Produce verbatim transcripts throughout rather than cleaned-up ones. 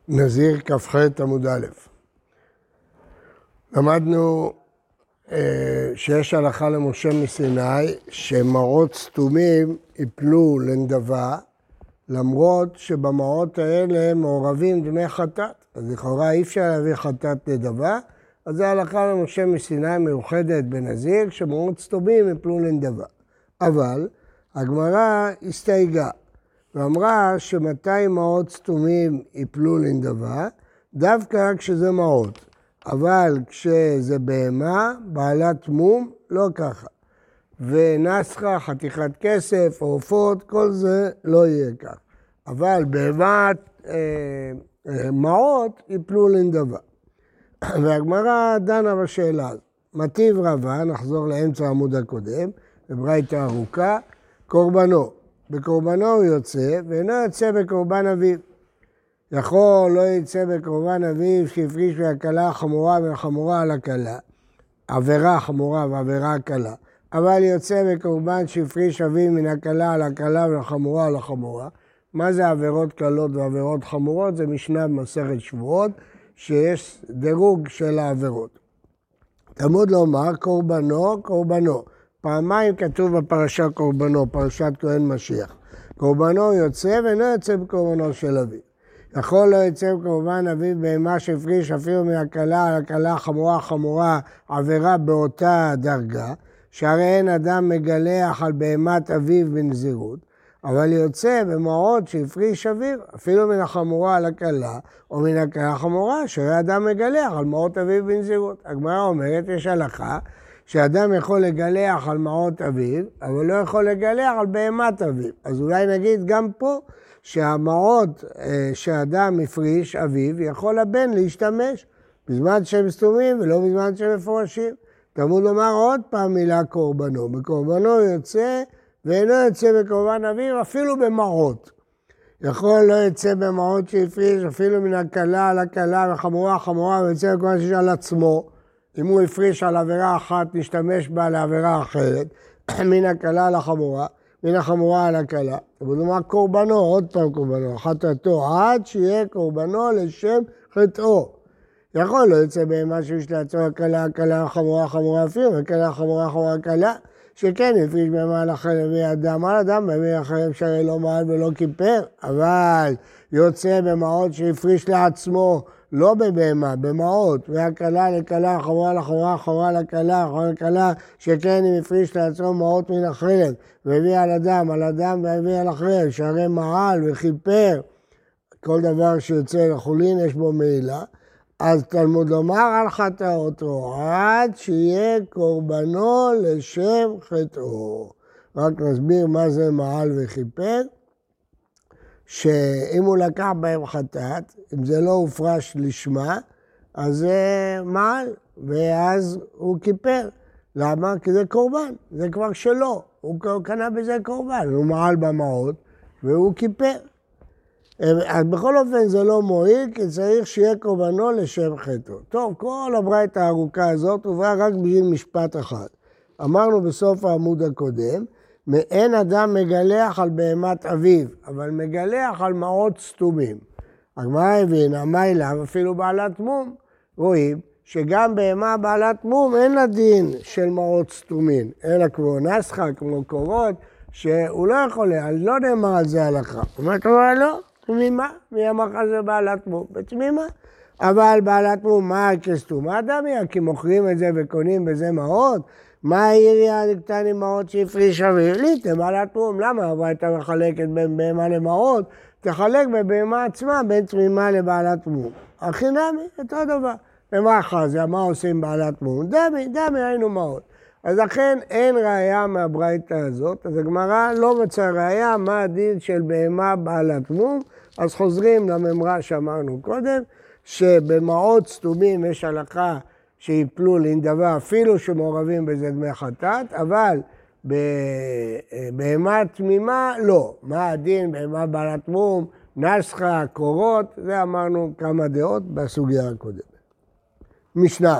נזיר כ"ח עמוד א'. למדנו אה, שיש הלכה למשה מסיני שמעות סתומים יפלו לנדבה, למרות שבמעות האלה מעורבים דמי חטאת. אז לכאורה אי אפשר להביא חטאת נדבה, אז זה הלכה למשה מסיני מיוחדת בנזיר, שמעות סתומים יפלו לנדבה. אבל הגמרא הסתייגה ואמרה שמתי מעות סתומים יפלו לנדבה, דווקא כשזה מעות. אבל כשזה בהמה, בעלת מום, לא ככה. ונסחה, חתיכת כסף, עופות, כל זה לא יהיה כך. אבל בהמת אה, אה, מעות יפלו לנדבה. והגמרא דנה בשאלה הזאת. מטיב רבה, נחזור לאמצע העמוד הקודם, בברייתא ארוכה, קורבנו. בקורבנו הוא יוצא, ואינו יוצא בקורבן אביו. יכול לא יצא בקורבן אביו שהפריש מהקלה החמורה והחמורה על הקלה, עבירה חמורה ועבירה קלה, אבל יוצא בקורבן שהפריש אביו מן הקלה על הקלה והחמורה על החמורה. מה זה עבירות קלות ועבירות חמורות? זה משנה במסכת שבועות, שיש דירוג של העבירות. תלמוד לומר קורבנו, קורבנו. פעמיים כתוב בפרשה קורבנו, פרשת כהן משיח. קורבנו יוצא ואינו יוצא בקורבנו של אביו. יכול לא יצא בקורבן אביו בהמה שהפריש אפילו מהקלה על הקלה חמורה חמורה עבירה באותה דרגה, שהרי אין אדם מגלח על בהמת אביו בנזירות, אבל יוצא במעות שהפריש אביו אפילו מן החמורה על הקלה או מן הקלה חמורה, שהרי אדם מגלח על מעות אביו בנזירות. הגמרא אומרת יש הלכה שאדם יכול לגלח על מעות אביו, אבל לא יכול לגלח על בהמת אביו. אז אולי נגיד גם פה שהמעות שאדם הפריש אביו, יכול הבן להשתמש בזמן שהם סתומים ולא בזמן שהם מפורשים. תלמוד לומר עוד פעם מילה קורבנו. בקורבנו יוצא ואינו יוצא בקורבן אביו אפילו במעות. יכול לא יוצא במעות שהפריש אפילו מן הקלה על הקלה וחמורה חמורה ויוצא בקורבן שיש על עצמו. אם הוא הפריש על עבירה אחת, נשתמש בה לעבירה אחרת, מן הקלה לחמורה, מן החמורה על הקלה. אבל נאמר קורבנו, עוד פעם קורבנו, חטאתו, עד שיהיה קורבנו לשם חטאו. יכול לא יוצא בהמה שיש לעצור הקלה, הקלה חמורה, חמורה אפילו, הקלה חמורה, חמורה קלה, שכן הפריש בהמה לכן הביא אדם על אדם, הביא אחריהם שהרי לא מעל ולא כיפר, אבל יוצא במעות שהפריש לעצמו, לא בבהמה, במעות, והקלה לקלה, חמורה לחמורה, חמורה לקלה, חמורה לקלה, שכן אם הפריש לעצמו מעות מן החרב, והביא על אדם, על אדם והביא על החרב, שהרי מעל וכיפר, כל דבר שיוצא לחולין יש בו מעילה, אז תלמוד לומר על חטאתו, עד שיהיה קורבנו לשם חטאו. רק נסביר מה זה מעל וכיפר. שאם הוא לקח בהם חטאת, אם זה לא הופרש לשמה, אז זה מעל, ואז הוא כיפר. למה? כי זה קורבן, זה כבר שלו, הוא קנה בזה קורבן, הוא מעל במעות, והוא כיפר. אז בכל אופן זה לא מועיל, כי צריך שיהיה קורבנו לשם חטאו. טוב, כל הברייתא הארוכה הזאת הובאה רק בשביל משפט אחד. אמרנו בסוף העמוד הקודם, אין אדם מגלח על בהמת אביו, אבל מגלח על מעות סתומים. הגמרא הבינה, מה אליו? אפילו בעלת מום. רואים שגם בהמה בעלת מום אין לה דין של מעות סתומים, אלא כמו נסחה, כמו קורות, שהוא לא יכול, לא נאמר על זה הלכה. אומרת, אבל לא, תמימה, מי אמר לך זה בעלת מום? בתמימה. אבל בעלת מום, מה כסתומה דמיה? כי מוכרים את זה וקונים בזה מעות? מה העיריה לקטני מעות שהפריש אביו? ליתם בעלת מום. למה? אבל אתה מחלקת בין בהמה למעות, תחלק בבהמה עצמה בין תמימה לבעלת מום. הכי נמי, אותו דבר. ומה אחר זה? מה עושים בעלת מום? דמי, דמי היינו מעות. אז לכן אין ראייה מהברייתא הזאת, אז הגמרא לא מצא ראייה מה הדין של בהמה בעלת מום, אז חוזרים לממרה שאמרנו קודם, שבמעות סתומים יש הלכה שיפלו לנדבה אפילו שמעורבים בזה דמי חטאת, אבל בהמה תמימה לא. מה הדין? בהמה בעלת מום, נסחה, קורות, זה אמרנו כמה דעות בסוגיה הקודמת. משנה,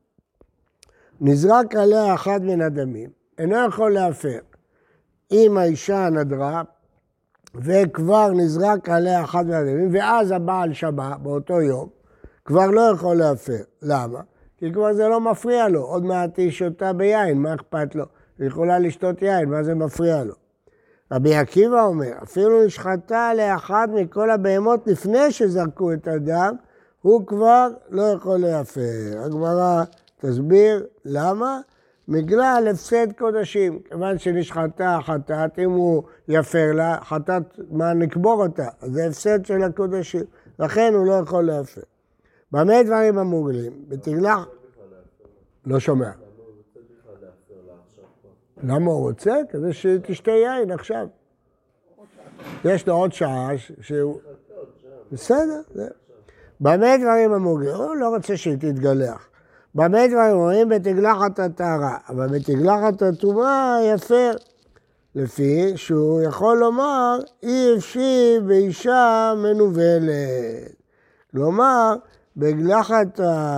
נזרק עליה אחד מן הדמים, אינו יכול להפר. אם האישה נדרה וכבר נזרק עליה אחד מהדמים, ואז הבעל שמע באותו יום, כבר לא יכול להפר. למה? כי כבר זה לא מפריע לו, עוד מעט היא שותה ביין, מה אכפת לו? היא יכולה לשתות יין, מה זה מפריע לו? רבי עקיבא אומר, אפילו נשחטה לאחד מכל הבהמות לפני שזרקו את הדם, הוא כבר לא יכול להפר. הגמרא תסביר למה? בגלל הפסד קודשים, כיוון שנשחטה חטאת, אם הוא יפר לה, חטאת, מה נקבור אותה? אז זה הפסד של הקודשים, לכן הוא לא יכול להפר. במה דברים אמורים? בתגלח... לא שומע. למה הוא רוצה? כדי שתשתה יין עכשיו. יש לו עוד שעה שהוא... בסדר. במה דברים אמורים? הוא לא רוצה שהיא תתגלח. במה דברים אומרים? בתגלחת הטהרה, אבל בתגלחת הטומאה יפר. לפי שהוא יכול לומר, אי אפשי באישה מנוולת. כלומר, בגלחת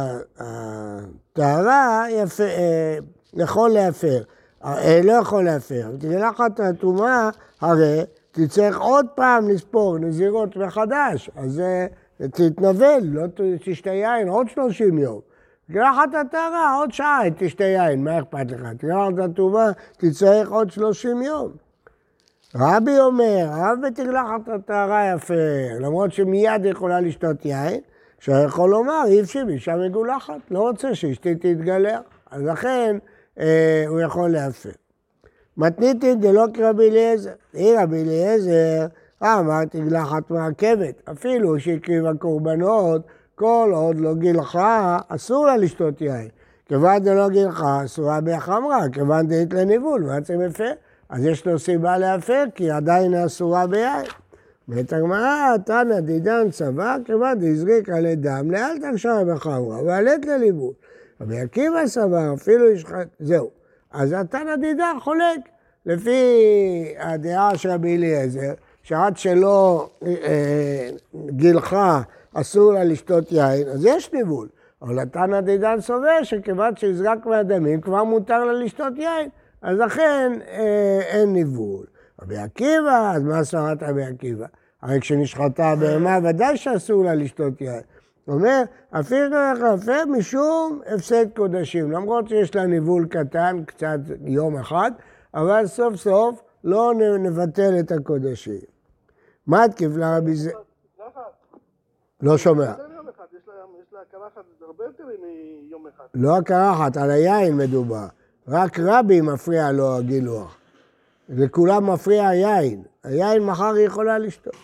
הטהרה יכול להפר, לא יכול להפר. בתגלחת הטומאה הרי תצטרך עוד פעם לספור נזירות מחדש, אז תתנבל, לא תשתה יין עוד שלושים יום. תגלחת הטהרה עוד שעה תשתה יין, מה אכפת לך? תגלחת הטומאה תצטרך עוד שלושים יום. רבי אומר, אף בתגלחת הטהרה יפר, למרות שמיד יכולה לשתות יין, שיכול לומר, אי אפשר באישה מגולחת, לא רוצה שאשתי תתגלח, אז לכן אה, הוא יכול להפר. מתניתין דלא כרבי אליעזר, היא רבי אליעזר, אמר תגלחת מעכבת, אפילו שהקריבה קורבנות, כל עוד לא גילחה, אסור לה לשתות יין. כיוון דלא גילחה, אסורה בהחמרה, כיוון דהית לניבול, בעצם הפר. אז יש לו סיבה להפר, כי עדיין אסורה ביין. בית הגמרא, תנא דידן סבר, כיוון דהזריק עלי דם, לאל תקשר בחמרה, ועלית לניבול. רבי עקיבא סבר, אפילו ישחט, זהו. אז התנא דידן חולק, לפי הדעה של רבי אליעזר, שעד שלא אה, גילחה, אסור לה לשתות יין, אז יש ניבול. אבל התנא דידן סובר שכיוון שהזרק מהדמים, כבר מותר לה לשתות יין, אז לכן אה, אין ניבול. רבי עקיבא, אז מה סברת רבי עקיבא? הרי כשנשחטה הבהמה, ודאי שאסור לה לשתות יין. הוא אומר, אפילו לא יחלפה משום הפסד קודשים, למרות שיש לה ניבול קטן, קצת יום אחד, אבל סוף סוף לא נבטל את הקודשים. מה תקיף לרבי זה? לא שומע. יש לה קרחת הרבה יותר מיום אחד. לא הקרחת, על היין מדובר. רק רבי מפריע לו הגילוח. לכולם מפריע היין. היין מחר היא יכולה לשתות.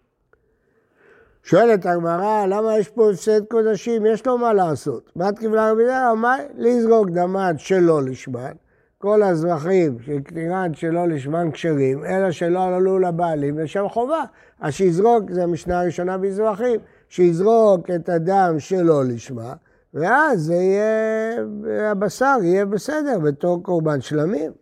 שואלת הגמרא, למה יש פה הפסד קודשים? יש לו מה לעשות. מה תקיף לרבי זה? אמר, לזרוק דמן שלא לשמן. כל הזרחים של קטירן שלא לשמן כשרים, אלא שלא עלו לבעלים, ושם חובה. אז שיזרוק, זה המשנה הראשונה בזרחים, שיזרוק את הדם שלא לשמה, ואז זה יהיה, הבשר יהיה בסדר בתור קורבן שלמים.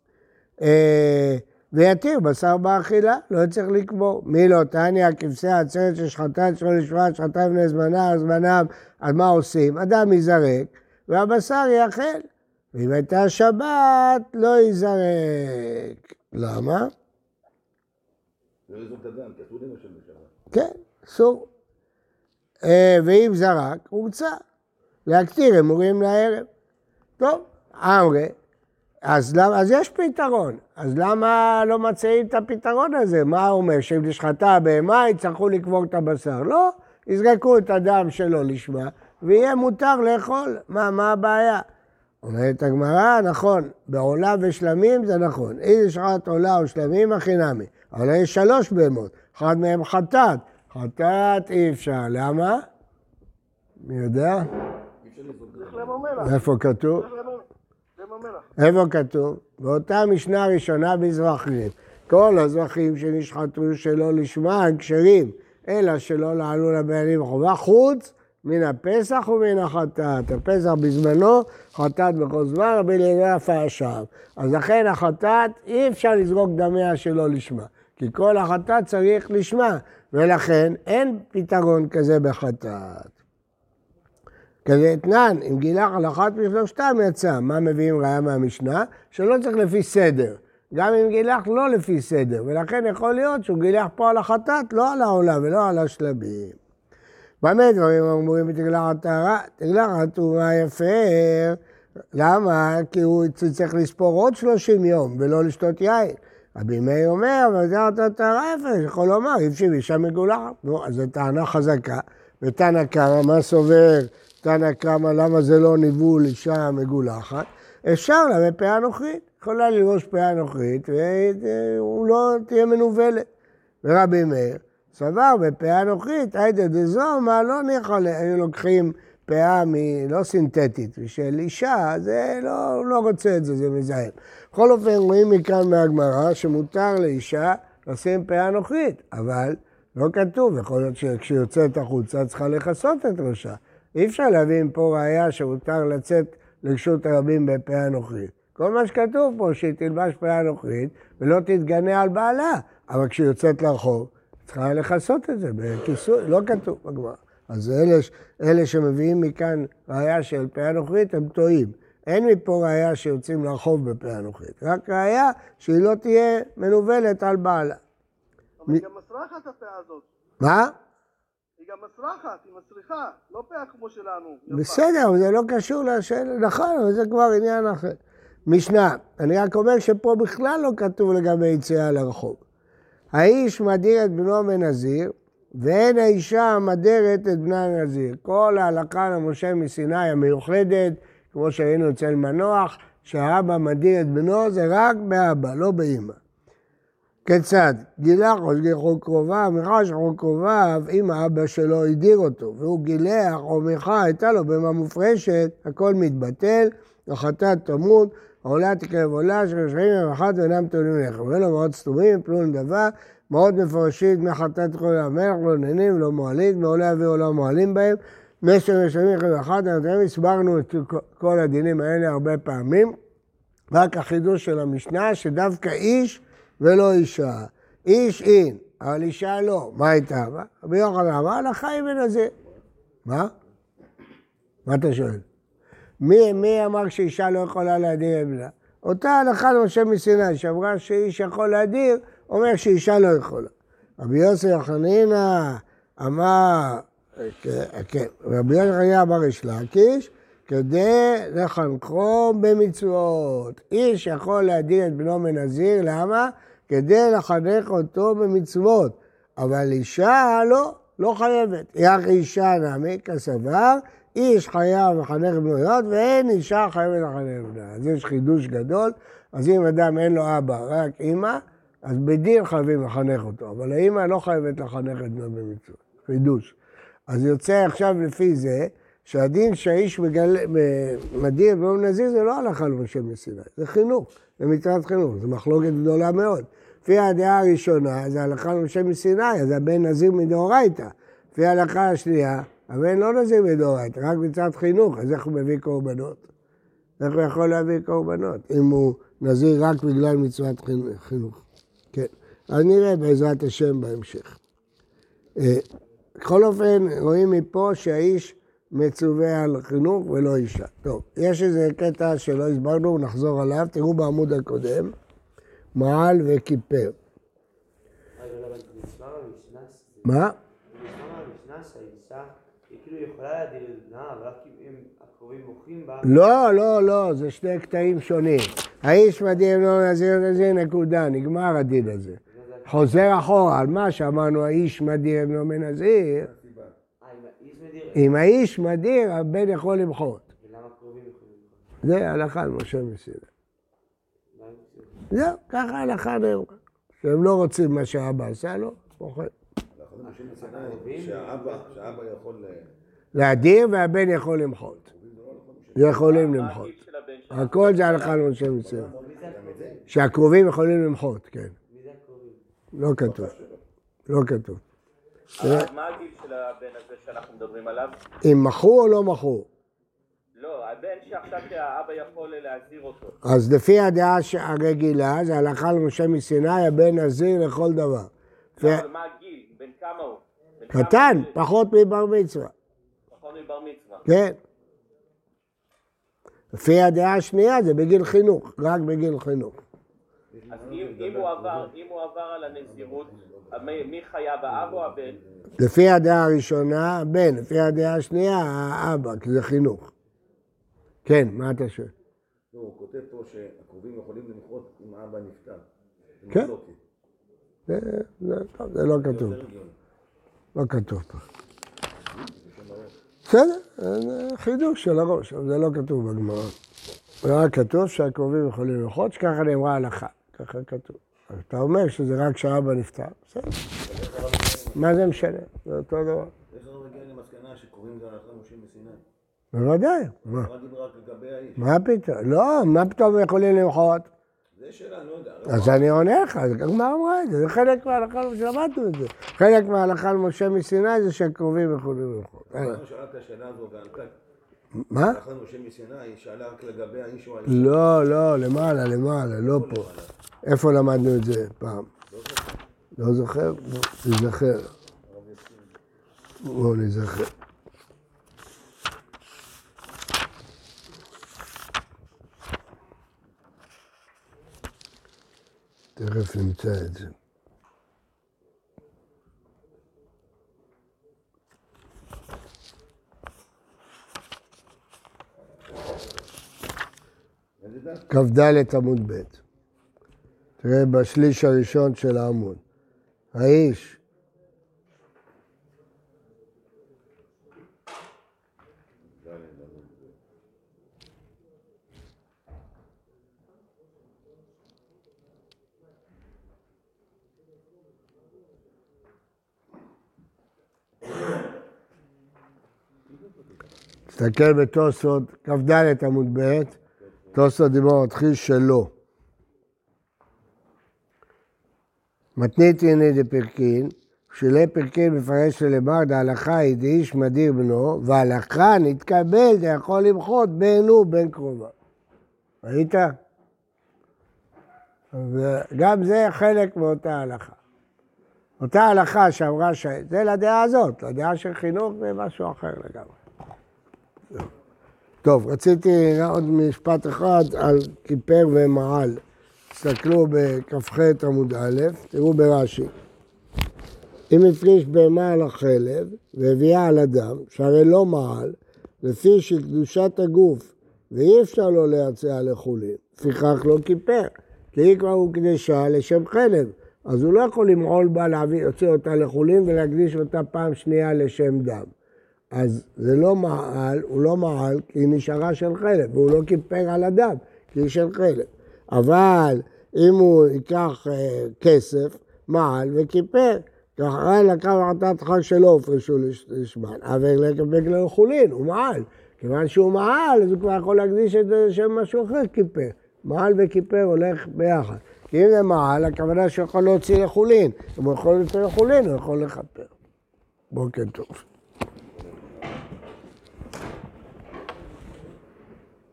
ויתיר בשר באכילה, לא צריך לקבור. מי לא תעני, הכבשי העצרת ששחטת שלא לשמה, שחטה בני זמנה, זמנם, אז מה עושים? אדם יזרק, והבשר יאכל. ואם הייתה שבת, לא ייזרק. למה? לא יזרוק את הדם, כי אסור למשל בשבת. כן, אסור. ואם זרק, הורצה. להקטיר אמורים לערב. טוב, אמרי, אז, אז יש פתרון. אז למה לא מציעים את הפתרון הזה? מה אומר? שאם נשחטה הבהמה, יצטרכו לקבור את הבשר. לא, יזרקו את הדם שלו לשמה, ויהיה מותר לאכול. מה, מה הבעיה? אומרת הגמרא, נכון, בעולה ושלמים זה נכון. אם שחט עולה או שלמים, הכי נמי. אבל יש שלוש בהמות, אחד מהם חטאת. חטאת אי אפשר, למה? מי יודע? איפה כתוב? איפה כתוב? באותה משנה הראשונה בזרחים. כל הזרחים שנשחטו שלא לשמן כשרים, אלא שלא לעלו לבעלים חובה, חוץ מן הפסח ומן החטאת. הפסח בזמנו, חטאת בכל זמן, רבי אליעזר אף עכשיו. אז לכן החטאת אי אפשר לזרוק דמיה שלא לשמה, כי כל החטאת צריך לשמה, ולכן אין פתרון כזה בחטאת. כזה אתנן, אם גילח על אחת משלושתם יצא, מה מביאים ראיה מהמשנה? שלא צריך לפי סדר, גם אם גילח לא לפי סדר, ולכן יכול להיות שהוא גילח פה על החטאת, לא על העולה ולא על השלבים. במה דברים אמורים בתגלחת טהרה? תגלחת טומאה יפר. למה? כי הוא צריך לספור עוד שלושים יום ולא לשתות יין. רבי מאיר אומר, ותגלחת טהרה יפר, יכול לומר, אי אפשר אישה מגולחת. נו, אז זו טענה חזקה. ותנא קמא, מה סובר תנא קמא, למה זה לא ניבול אישה מגולחת? אפשר לה בפאה נוכרית. יכולה ללבוש פאה נוכרית והוא לא תהיה מנובלת. ורבי מאיר סבר בפאה נוכרית, היידה דזומה לא ניחא, היו לוקחים פאה לא סינתטית, ושל אישה, זה לא, הוא לא רוצה את זה, זה מזהם. בכל אופן רואים מכאן מהגמרא שמותר לאישה לשים פאה נוכרית, אבל לא כתוב, יכול להיות שכשיוצאת החוצה צריכה לכסות את ראשה. אי אפשר להביא פה ראיה שמותר לצאת לרשות הרבים בפאה נוכרית. כל מה שכתוב פה, שהיא תלבש פאה נוכרית ולא תתגנה על בעלה, אבל כשהיא יוצאת לרחוב, צריכה לכסות את זה בכיסוי, לא כתוב בגמרא. אז אלה, אלה שמביאים מכאן ראיה של פאה נוכרית, הם טועים. אין מפה ראיה שיוצאים לרחוב בפאה נוכרית, רק ראיה שהיא לא תהיה מנובלת על בעלה. אבל היא גם מסרחת הפאה הזאת. מה? היא גם מסרחת, היא מסריחה, לא פאה כמו שלנו. בסדר, אבל זה לא קשור לשאלה, נכון, אבל זה כבר עניין אחר. משנה, אני רק אומר שפה בכלל לא כתוב לגבי יציאה לרחוב. האיש מדיר את בנו מנזיר, ואין האישה מדרת את בנה הנזיר. כל ההלכה למשה מסיני המיוחדת, כמו שהיינו אצל מנוח, שהאבא מדיר את בנו זה רק באבא, לא באמא. כיצד? גילח או שגיחו קרוביו, מיכה שגיחו קרוביו, אם האבא שלו הדיר אותו, והוא גילח או מיכה הייתה לו במה מופרשת, הכל מתבטל, החטאת תמות, העולה תקרב עולה, שרשעים ואחת ואינם טעונים לחם. ואלו מאוד סתומים, פלו נדבה, מאוד מפרשית, מחטאת כל המלך, לא נהנים, לא מועלית, מעולה אוויר לא מועלים בהם, משם משלמים אחד ואחת, אנחנו הסברנו את כל הדינים האלה הרבה פעמים, רק החידוש של המשנה, שדווקא איש ולא אישה. איש אין, אבל אישה לא. מה הייתה? רבי יוחנן אמר, הלכה היא מנזיר. מה? מה אתה שואל? מי, מי אמר שאישה לא יכולה להדיר את בנה? אותה הלכה למשה מסיני, שאמרה שאיש יכול להדיר, אומר שאישה לא יכולה. רבי יוסי חנינא אמר, כן, רבי יוסי חנינא אמר יש להקיש, כדי לחנכו במצוות. איש יכול להדיר את בנו מנזיר, למה? כדי לחנך אותו במצוות. אבל אישה לא, לא חייבת. יח אישה נעמי כסבר, איש חייב לחנך בנויות, ואין אישה חייבת לחנך בנויות. אז יש חידוש גדול, אז אם אדם אין לו אבא, רק אמא, אז בדין חייבים לחנך אותו, אבל האמא לא חייבת לחנך את בנו במצוות. חידוש. אז יוצא עכשיו לפי זה, שהדין שהאיש מגל... מדיר בנו נזיר זה לא הלכה למשה מסיני, זה חינוך, זה מצוות חינוך, זה מחלוקת גדולה מאוד. לפי הדעה הראשונה, זה הלכה למשה מסיני, אז הבן נזיר מדאורייתא. לפי ההלכה השנייה, הבן לא נזיר מדאורייתא, רק מצוות חינוך, אז איך הוא מביא קורבנות? איך הוא יכול להביא קורבנות, אם הוא נזיר רק בגלל מצוות חינוך? כן, אז נראה בעזרת השם בהמשך. בכל אופן, רואים מפה שהאיש מצווה על חינוך ולא אישה. טוב, יש איזה קטע שלא הסברנו, נחזור עליו, תראו בעמוד הקודם, מעל וכיפר. מה? נשמע מהמשנה שהאישה, היא כאילו יכולה להדיר את בנה, אבל רק אם הקרובים מוחים בה... לא, לא, לא, זה שני קטעים שונים. האיש מדיר בנו נזיר נזיר נקודה, נגמר הדין הזה. חוזר אחורה על מה שאמרנו, האיש מדיר בנו מנזיר. אם האיש מדיר, הבן יכול למחות. ולמה הקרובים יכולים למחות? זה הלכה למשה מסיני. זהו, ככה הלכה נאמרה. שהם לא רוצים מה שהאבא עשה לו, פוחד. שהאבא יכול... להדיר והבן יכול למחות. יכולים למחות. הכל זה הלכה למשה מסיני. שהקרובים יכולים למחות, כן. מי זה הקרובים? לא כתוב. לא כתוב. מה הגיל של הבן הזה שאנחנו מדברים עליו? אם מכרו או לא מכרו? לא, הבן שעכשיו שהאבא יכול להזהיר אותו. אז לפי הדעה הרגילה, זה הלכה למשה מסיני, הבן נזיר לכל דבר. אבל מה הגיל? בן כמה הוא? קטן, פחות מבר מצווה. פחות מבר מצווה. כן. לפי הדעה השנייה זה בגיל חינוך, רק בגיל חינוך. אז אם, אם, הוא עבר, אם הוא עבר על הנזירות, מי, מי חייב, האב או הבן? לפי הדעה הראשונה, הבן, לפי הדעה השנייה, האבא, כי זה חינוך. כן, מה אתה שואל? לא, הוא כותב פה שהקרובים יכולים למחות אם האבא נפטר. כן. זה, זה, טוב, זה לא כתוב. לא כתוב פה. בסדר, זה חידוש של הראש, אבל זה לא כתוב בגמרא. רק כתוב שהקרובים יכולים למחות, שככה נאמרה הלכה. ככה כתוב. אתה אומר שזה רק כשהאבא נפטר. בסדר. מה זה משנה? זה אותו דבר. איך לא מגיע למסקנה שקוראים גם הלכה משה מסיני? בוודאי. מה? מה דיבר רק לגבי האיש? מה פתאום? לא, מה פתאום יכולים למחות? זה שאלה, אני לא יודע. אז אני עונה לך, זה מה אמרה את זה? זה חלק מההלכה, שלמדנו את זה. חלק מההלכה למשה מסיני זה שהקרובים יכולים למחות. אני שאלה את השאלה הזו וענתה. מה? הלכה משה מסיני, היא שאלה רק לגבי האיש או האיש. לא, לא, למעלה, למעלה, לא פה. איפה למדנו את זה פעם? לא זוכר? תזכר. בואו נזכר. תכף נמצא את זה. כ"ד עמוד ב'. תראה בשליש הראשון של העמוד. האיש תסתכל בתוספות, כ"ד עמוד ב', תוספות דיבור מתחיל שלא. מתנית הנה דפרקין, שלי פרקין מפרש ללמר דהלכה היא דאיש מדיר בנו, והלכה נתקבל דיכול למחות בינו ובין קרובה. ראית? וגם זה חלק מאותה הלכה. אותה הלכה שאמרה ש... זה לדעה הזאת, לדעה של חינוך זה משהו אחר לגמרי. טוב, רציתי עוד משפט אחד על כיפר ומעל. תסתכלו בכ"ח עמוד א', תראו ברש"י. אם הפריש בהמה על החלב והביאה על הדם, שהרי לא מעל, לפי שקדושת הגוף, ואי אפשר לו להציע לחולין, לפיכך לא כיפר, כי היא כבר הוקדשה לשם חלב, אז הוא לא יכול למעול בה להוציא אותה לחולין ולהקדיש אותה פעם שנייה לשם דם. אז זה לא מעל, הוא לא מעל כי היא נשארה של חלב, והוא לא כיפר על הדם, כי היא של חלב. אבל אם הוא ייקח אה, כסף, מעל וכיפר, ככה לקח חטאת חג שלא הופרשו לשמן, אבל לקבל לו חולין, הוא מעל. כיוון שהוא מעל, אז הוא כבר יכול להקדיש את זה לשם משהו אחר כיפר. מעל וכיפר הולך ביחד. כי אם זה מעל, הכוונה שהוא יכול להוציא לחולין. אם הוא יכול להוציא לחולין, הוא יכול לכפר. בוקר טוב.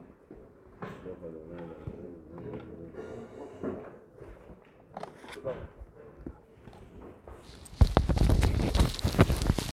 Thank you.